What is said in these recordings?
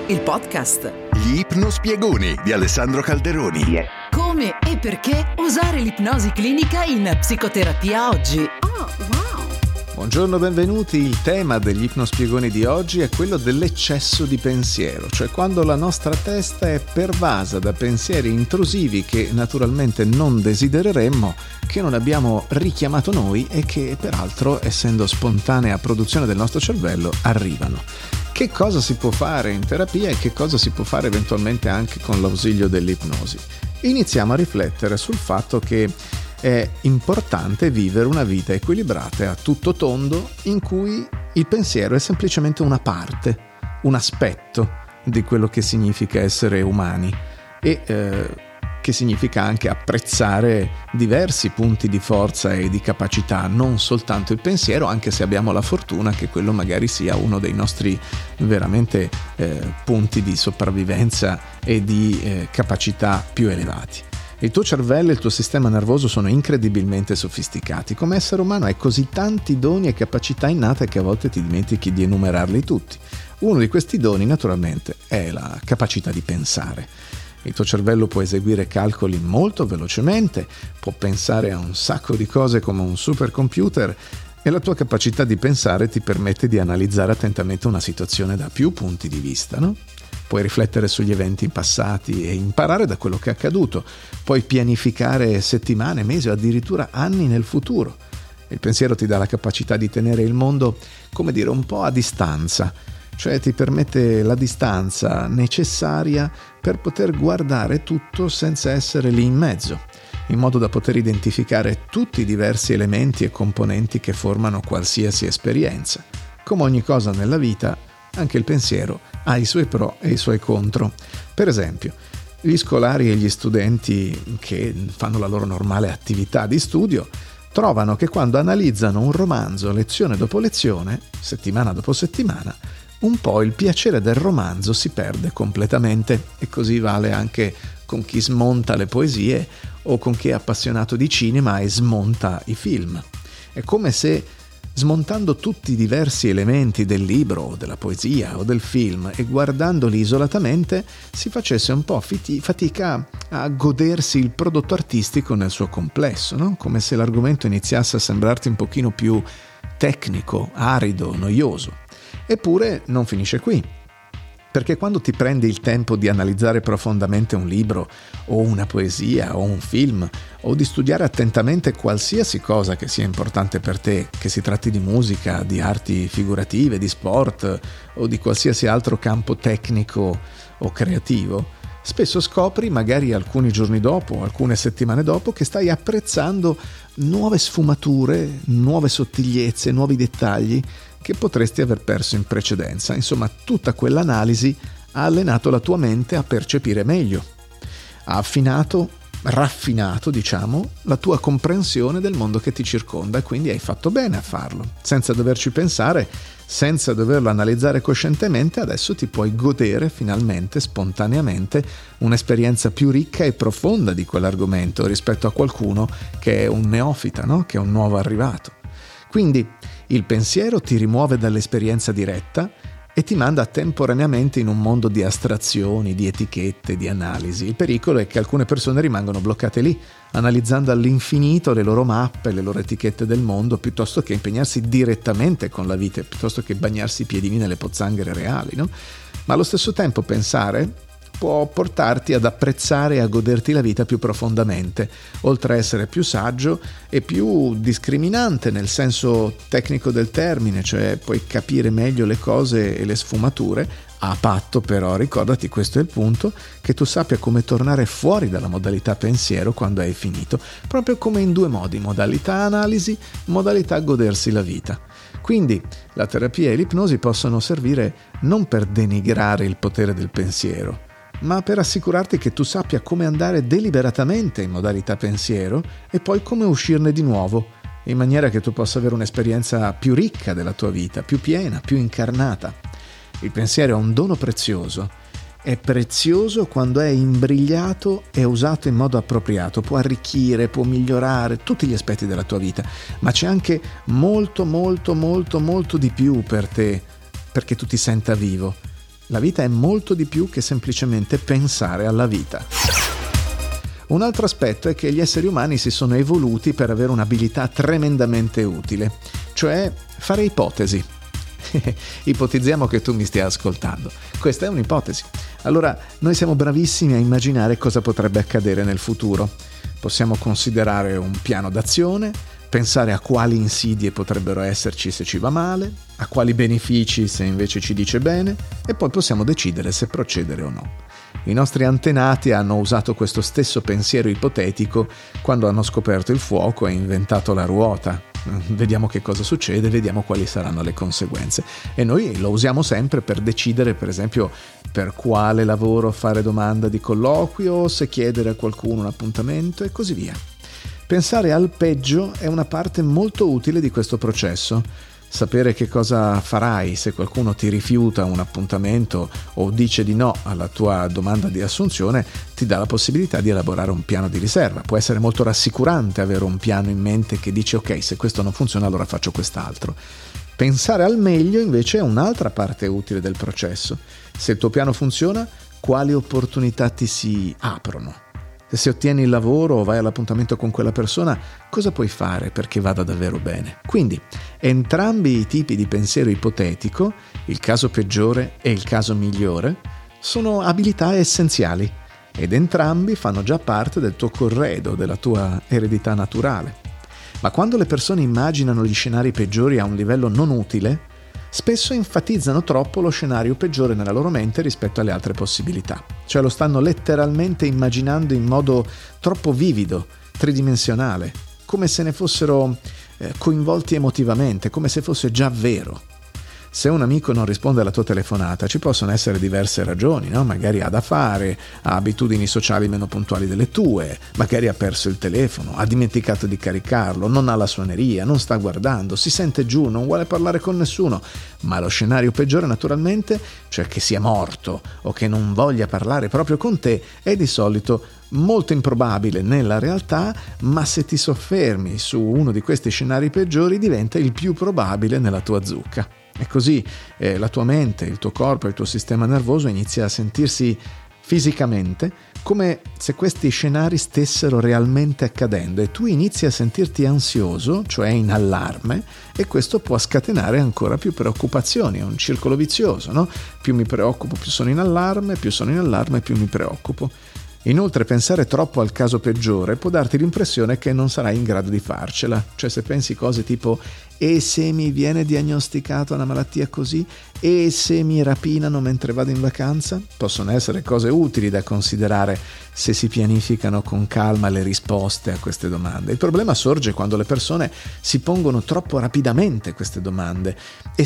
il podcast. Gli ipnospiegoni di Alessandro Calderoni. Come e perché usare l'ipnosi clinica in psicoterapia oggi. Oh, wow! Buongiorno, benvenuti. Il tema degli ipnospiegoni di oggi è quello dell'eccesso di pensiero, cioè quando la nostra testa è pervasa da pensieri intrusivi che naturalmente non desidereremmo, che non abbiamo richiamato noi e che peraltro, essendo spontanea produzione del nostro cervello, arrivano. Che cosa si può fare in terapia e che cosa si può fare eventualmente anche con l'ausilio dell'ipnosi? Iniziamo a riflettere sul fatto che è importante vivere una vita equilibrata a tutto tondo in cui il pensiero è semplicemente una parte, un aspetto di quello che significa essere umani e che significa anche apprezzare diversi punti di forza e di capacità, non soltanto il pensiero, anche se abbiamo la fortuna che quello magari sia uno dei nostri veramente punti di sopravvivenza e di capacità più elevati. Il tuo cervello e il tuo sistema nervoso sono incredibilmente sofisticati. Come essere umano hai così tanti doni e capacità innate che a volte ti dimentichi di enumerarli tutti. Uno di questi doni, naturalmente, è la capacità di pensare. Il tuo cervello può eseguire calcoli molto velocemente, può pensare a un sacco di cose come un supercomputer e la tua capacità di pensare ti permette di analizzare attentamente una situazione da più punti di vista, no? Puoi riflettere sugli eventi passati e imparare da quello che è accaduto. Puoi pianificare settimane, mesi o addirittura anni nel futuro. Il pensiero ti dà la capacità di tenere il mondo, come dire, un po' a distanza, cioè ti permette la distanza necessaria per poter guardare tutto senza essere lì in mezzo, in modo da poter identificare tutti i diversi elementi e componenti che formano qualsiasi esperienza. Come ogni cosa nella vita, anche il pensiero ha i suoi pro e i suoi contro. Per esempio, gli scolari e gli studenti che fanno la loro normale attività di studio trovano che quando analizzano un romanzo lezione dopo lezione, settimana dopo settimana, un po' il piacere del romanzo si perde completamente, e così vale anche con chi smonta le poesie o con chi è appassionato di cinema e smonta i film. È come se smontando tutti i diversi elementi del libro o della poesia o del film e guardandoli isolatamente si facesse un po' fatica a godersi il prodotto artistico nel suo complesso, no? Come se l'argomento iniziasse a sembrarti un pochino più tecnico, arido, noioso. Eppure non finisce qui, perché quando ti prendi il tempo di analizzare profondamente un libro o una poesia o un film o di studiare attentamente qualsiasi cosa che sia importante per te, che si tratti di musica, di arti figurative, di sport o di qualsiasi altro campo tecnico o creativo, spesso scopri, magari alcuni giorni dopo, alcune settimane dopo, che stai apprezzando nuove sfumature, nuove sottigliezze, nuovi dettagli che potresti aver perso in precedenza. Insomma, tutta quell'analisi ha allenato la tua mente a percepire meglio, ha raffinato, diciamo, la tua comprensione del mondo che ti circonda, e quindi hai fatto bene a farlo. Senza doverci pensare, senza doverlo analizzare coscientemente, adesso ti puoi godere finalmente, spontaneamente, un'esperienza più ricca e profonda di quell'argomento rispetto a qualcuno che è un neofita, no? Che è un nuovo arrivato. Quindi il pensiero ti rimuove dall'esperienza diretta e ti manda temporaneamente in un mondo di astrazioni, di etichette, di analisi. Il pericolo è che alcune persone rimangono bloccate lì, analizzando all'infinito le loro mappe, le loro etichette del mondo, piuttosto che impegnarsi direttamente con la vita, piuttosto che bagnarsi i piedini nelle pozzanghere reali, no? Ma allo stesso tempo pensare può portarti ad apprezzare e a goderti la vita più profondamente, oltre a essere più saggio e più discriminante nel senso tecnico del termine, cioè puoi capire meglio le cose e le sfumature, a patto però, ricordati, questo è il punto, che tu sappia come tornare fuori dalla modalità pensiero quando hai finito, proprio come in due modi, modalità analisi, modalità godersi la vita. Quindi la terapia e l'ipnosi possono servire non per denigrare il potere del pensiero, ma per assicurarti che tu sappia come andare deliberatamente in modalità pensiero e poi come uscirne di nuovo, in maniera che tu possa avere un'esperienza più ricca della tua vita, più piena, più incarnata. Il pensiero è un dono prezioso. È prezioso quando è imbrigliato e usato in modo appropriato, può arricchire, può migliorare tutti gli aspetti della tua vita, ma c'è anche molto di più per te, perché tu ti senta vivo. La vita è molto di più che semplicemente pensare alla vita. Un altro aspetto è che gli esseri umani si sono evoluti per avere un'abilità tremendamente utile, cioè fare ipotesi. Ipotizziamo che tu mi stia ascoltando. Questa è un'ipotesi. Allora, noi siamo bravissimi a immaginare cosa potrebbe accadere nel futuro. Possiamo considerare un piano d'azione, pensare a quali insidie potrebbero esserci se ci va male, a quali benefici se invece ci dice bene, e poi possiamo decidere se procedere o no. I nostri antenati hanno usato questo stesso pensiero ipotetico quando hanno scoperto il fuoco e inventato la ruota. Vediamo che cosa succede, vediamo quali saranno le conseguenze. E noi lo usiamo sempre per decidere, per esempio, per quale lavoro fare domanda di colloquio, se chiedere a qualcuno un appuntamento e così via. Pensare al peggio è una parte molto utile di questo processo. Sapere che cosa farai se qualcuno ti rifiuta un appuntamento o dice di no alla tua domanda di assunzione ti dà la possibilità di elaborare un piano di riserva. Può essere molto rassicurante avere un piano in mente che dice ok, se questo non funziona allora faccio quest'altro. Pensare al meglio invece è un'altra parte utile del processo. Se il tuo piano funziona, quali opportunità ti si aprono? Se ottieni il lavoro o vai all'appuntamento con quella persona, cosa puoi fare perché vada davvero bene? Quindi, entrambi i tipi di pensiero ipotetico, il caso peggiore e il caso migliore, sono abilità essenziali ed entrambi fanno già parte del tuo corredo, della tua eredità naturale. Ma quando le persone immaginano gli scenari peggiori a un livello non utile, spesso enfatizzano troppo lo scenario peggiore nella loro mente rispetto alle altre possibilità. Cioè lo stanno letteralmente immaginando in modo troppo vivido, tridimensionale, come se ne fossero coinvolti emotivamente, come se fosse già vero. Se un amico non risponde alla tua telefonata, ci possono essere diverse ragioni, no? Magari ha da fare, ha abitudini sociali meno puntuali delle tue, magari ha perso il telefono, ha dimenticato di caricarlo, non ha la suoneria, non sta guardando, si sente giù, non vuole parlare con nessuno. Ma lo scenario peggiore, naturalmente, cioè che sia morto o che non voglia parlare proprio con te, è di solito molto improbabile nella realtà, ma se ti soffermi su uno di questi scenari peggiori diventa il più probabile nella tua zucca. E così la tua mente, il tuo corpo, il tuo sistema nervoso inizia a sentirsi fisicamente come se questi scenari stessero realmente accadendo e tu inizi a sentirti ansioso, cioè in allarme, e questo può scatenare ancora più preoccupazioni, è un circolo vizioso, no? Più mi preoccupo, più sono in allarme, più mi preoccupo. Inoltre pensare troppo al caso peggiore può darti l'impressione che non sarai in grado di farcela, cioè se pensi cose tipo e se mi viene diagnosticata una malattia così, e se mi rapinano mentre vado in vacanza, possono essere cose utili da considerare se si pianificano con calma le risposte a queste domande. Il problema sorge quando le persone si pongono troppo rapidamente queste domande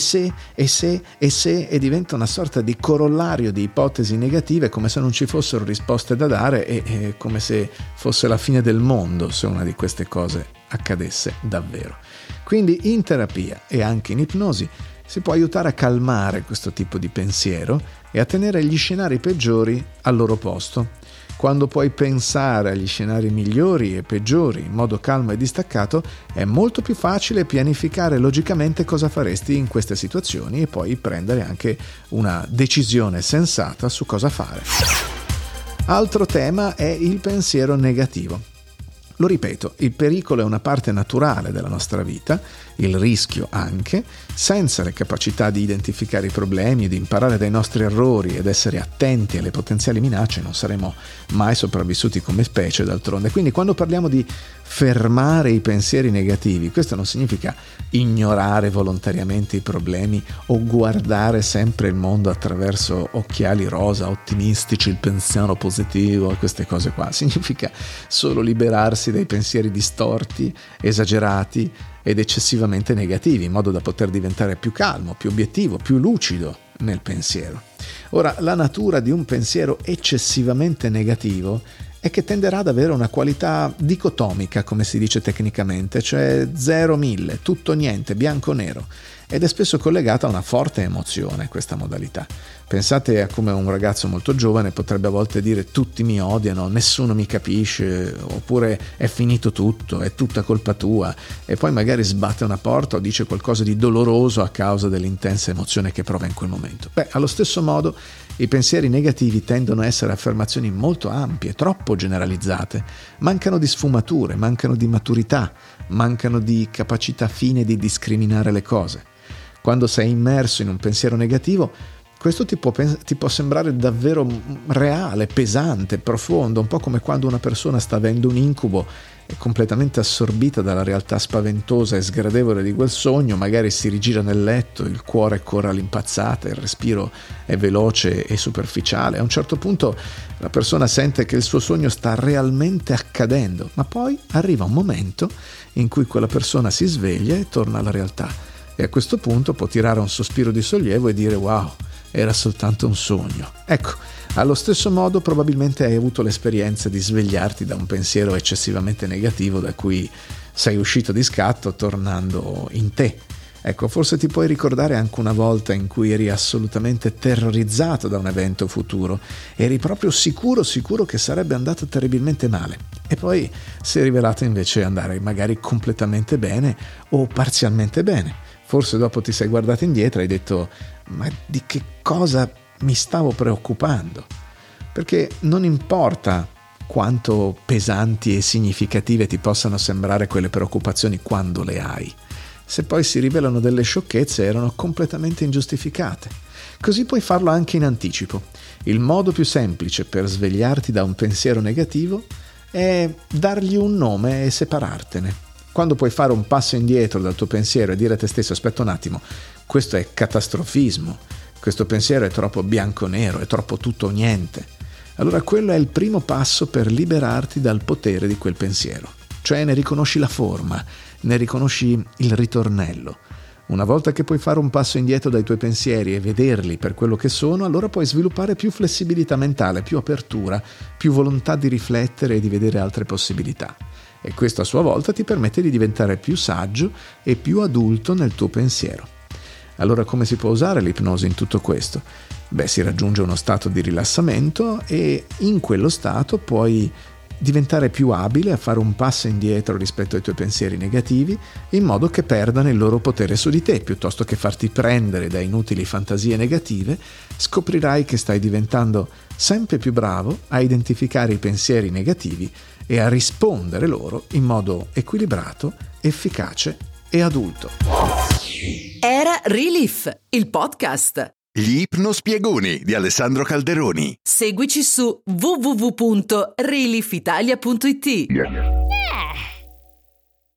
e diventa una sorta di corollario di ipotesi negative, come se non ci fossero risposte da dare e come se fosse la fine del mondo se una di queste cose accadesse davvero. Quindi in terapia e anche in ipnosi si può aiutare a calmare questo tipo di pensiero e a tenere gli scenari peggiori al loro posto. Quando puoi pensare agli scenari migliori e peggiori in modo calmo e distaccato, è molto più facile pianificare logicamente cosa faresti in queste situazioni e poi prendere anche una decisione sensata su cosa fare. Altro tema è il pensiero negativo. Lo ripeto, il pericolo è una parte naturale della nostra vita, il rischio anche. Senza le capacità di identificare i problemi, di imparare dai nostri errori ed essere attenti alle potenziali minacce, non saremo mai sopravvissuti come specie d'altronde. Quindi quando parliamo di fermare i pensieri negativi, questo non significa ignorare volontariamente i problemi o guardare sempre il mondo attraverso occhiali rosa, ottimistici, il pensiero positivo e queste cose qua. Significa solo liberarsi dai pensieri distorti, esagerati ed eccessivamente negativi, in modo da poter diventare più calmo, più obiettivo, più lucido nel pensiero. Ora, la natura di un pensiero eccessivamente negativo è che tenderà ad avere una qualità dicotomica, come si dice tecnicamente, cioè 0-1000, tutto niente, bianco-nero. ed è spesso collegata a una forte emozione questa modalità. Pensate a come un ragazzo molto giovane potrebbe a volte dire tutti mi odiano, nessuno mi capisce, oppure è finito tutto, è tutta colpa tua, e poi magari sbatte una porta o dice qualcosa di doloroso a causa dell'intensa emozione che prova in quel momento. Allo stesso modo i pensieri negativi tendono a essere affermazioni molto ampie, troppo generalizzate, mancano di sfumature, mancano di maturità, mancano di capacità fine di discriminare le cose. Quando sei immerso in un pensiero negativo, questo ti può sembrare davvero reale, pesante, profondo, un po' come quando una persona sta avendo un incubo, è completamente assorbita dalla realtà spaventosa e sgradevole di quel sogno, magari si rigira nel letto, il cuore corre all'impazzata, il respiro è veloce e superficiale. A un certo punto la persona sente che il suo sogno sta realmente accadendo, ma poi arriva un momento in cui quella persona si sveglia e torna alla realtà. E a questo punto può tirare un sospiro di sollievo e dire wow, era soltanto un sogno. Ecco, allo stesso modo probabilmente hai avuto l'esperienza di svegliarti da un pensiero eccessivamente negativo da cui sei uscito di scatto tornando in te. Ecco, forse ti puoi ricordare anche una volta in cui eri assolutamente terrorizzato da un evento futuro, eri proprio sicuro che sarebbe andato terribilmente male e poi si è rivelato invece andare magari completamente bene o parzialmente bene. Forse dopo ti sei guardato indietro e hai detto ma di che cosa mi stavo preoccupando? Perché non importa quanto pesanti e significative ti possano sembrare quelle preoccupazioni quando le hai. Se poi si rivelano delle sciocchezze, erano completamente ingiustificate. Così puoi farlo anche in anticipo. Il modo più semplice per svegliarti da un pensiero negativo è dargli un nome e separartene. Quando puoi fare un passo indietro dal tuo pensiero e dire a te stesso aspetta un attimo, questo è catastrofismo, questo pensiero è troppo bianco-nero, è troppo tutto o niente. Allora quello è il primo passo per liberarti dal potere di quel pensiero. Cioè ne riconosci la forma, ne riconosci il ritornello. Una volta che puoi fare un passo indietro dai tuoi pensieri e vederli per quello che sono, allora puoi sviluppare più flessibilità mentale, più apertura, più volontà di riflettere e di vedere altre possibilità. E questo a sua volta ti permette di diventare più saggio e più adulto nel tuo pensiero. Allora come si può usare l'ipnosi in tutto questo? Si raggiunge uno stato di rilassamento e in quello stato puoi diventare più abile a fare un passo indietro rispetto ai tuoi pensieri negativi in modo che perdano il loro potere su di te. Piuttosto che farti prendere da inutili fantasie negative, scoprirai che stai diventando sempre più bravo a identificare i pensieri negativi e a rispondere loro in modo equilibrato, efficace e adulto. Era Relief, il podcast. Gli ipnospiegoni di Alessandro Calderoni. Seguici su www.reliefitalia.it.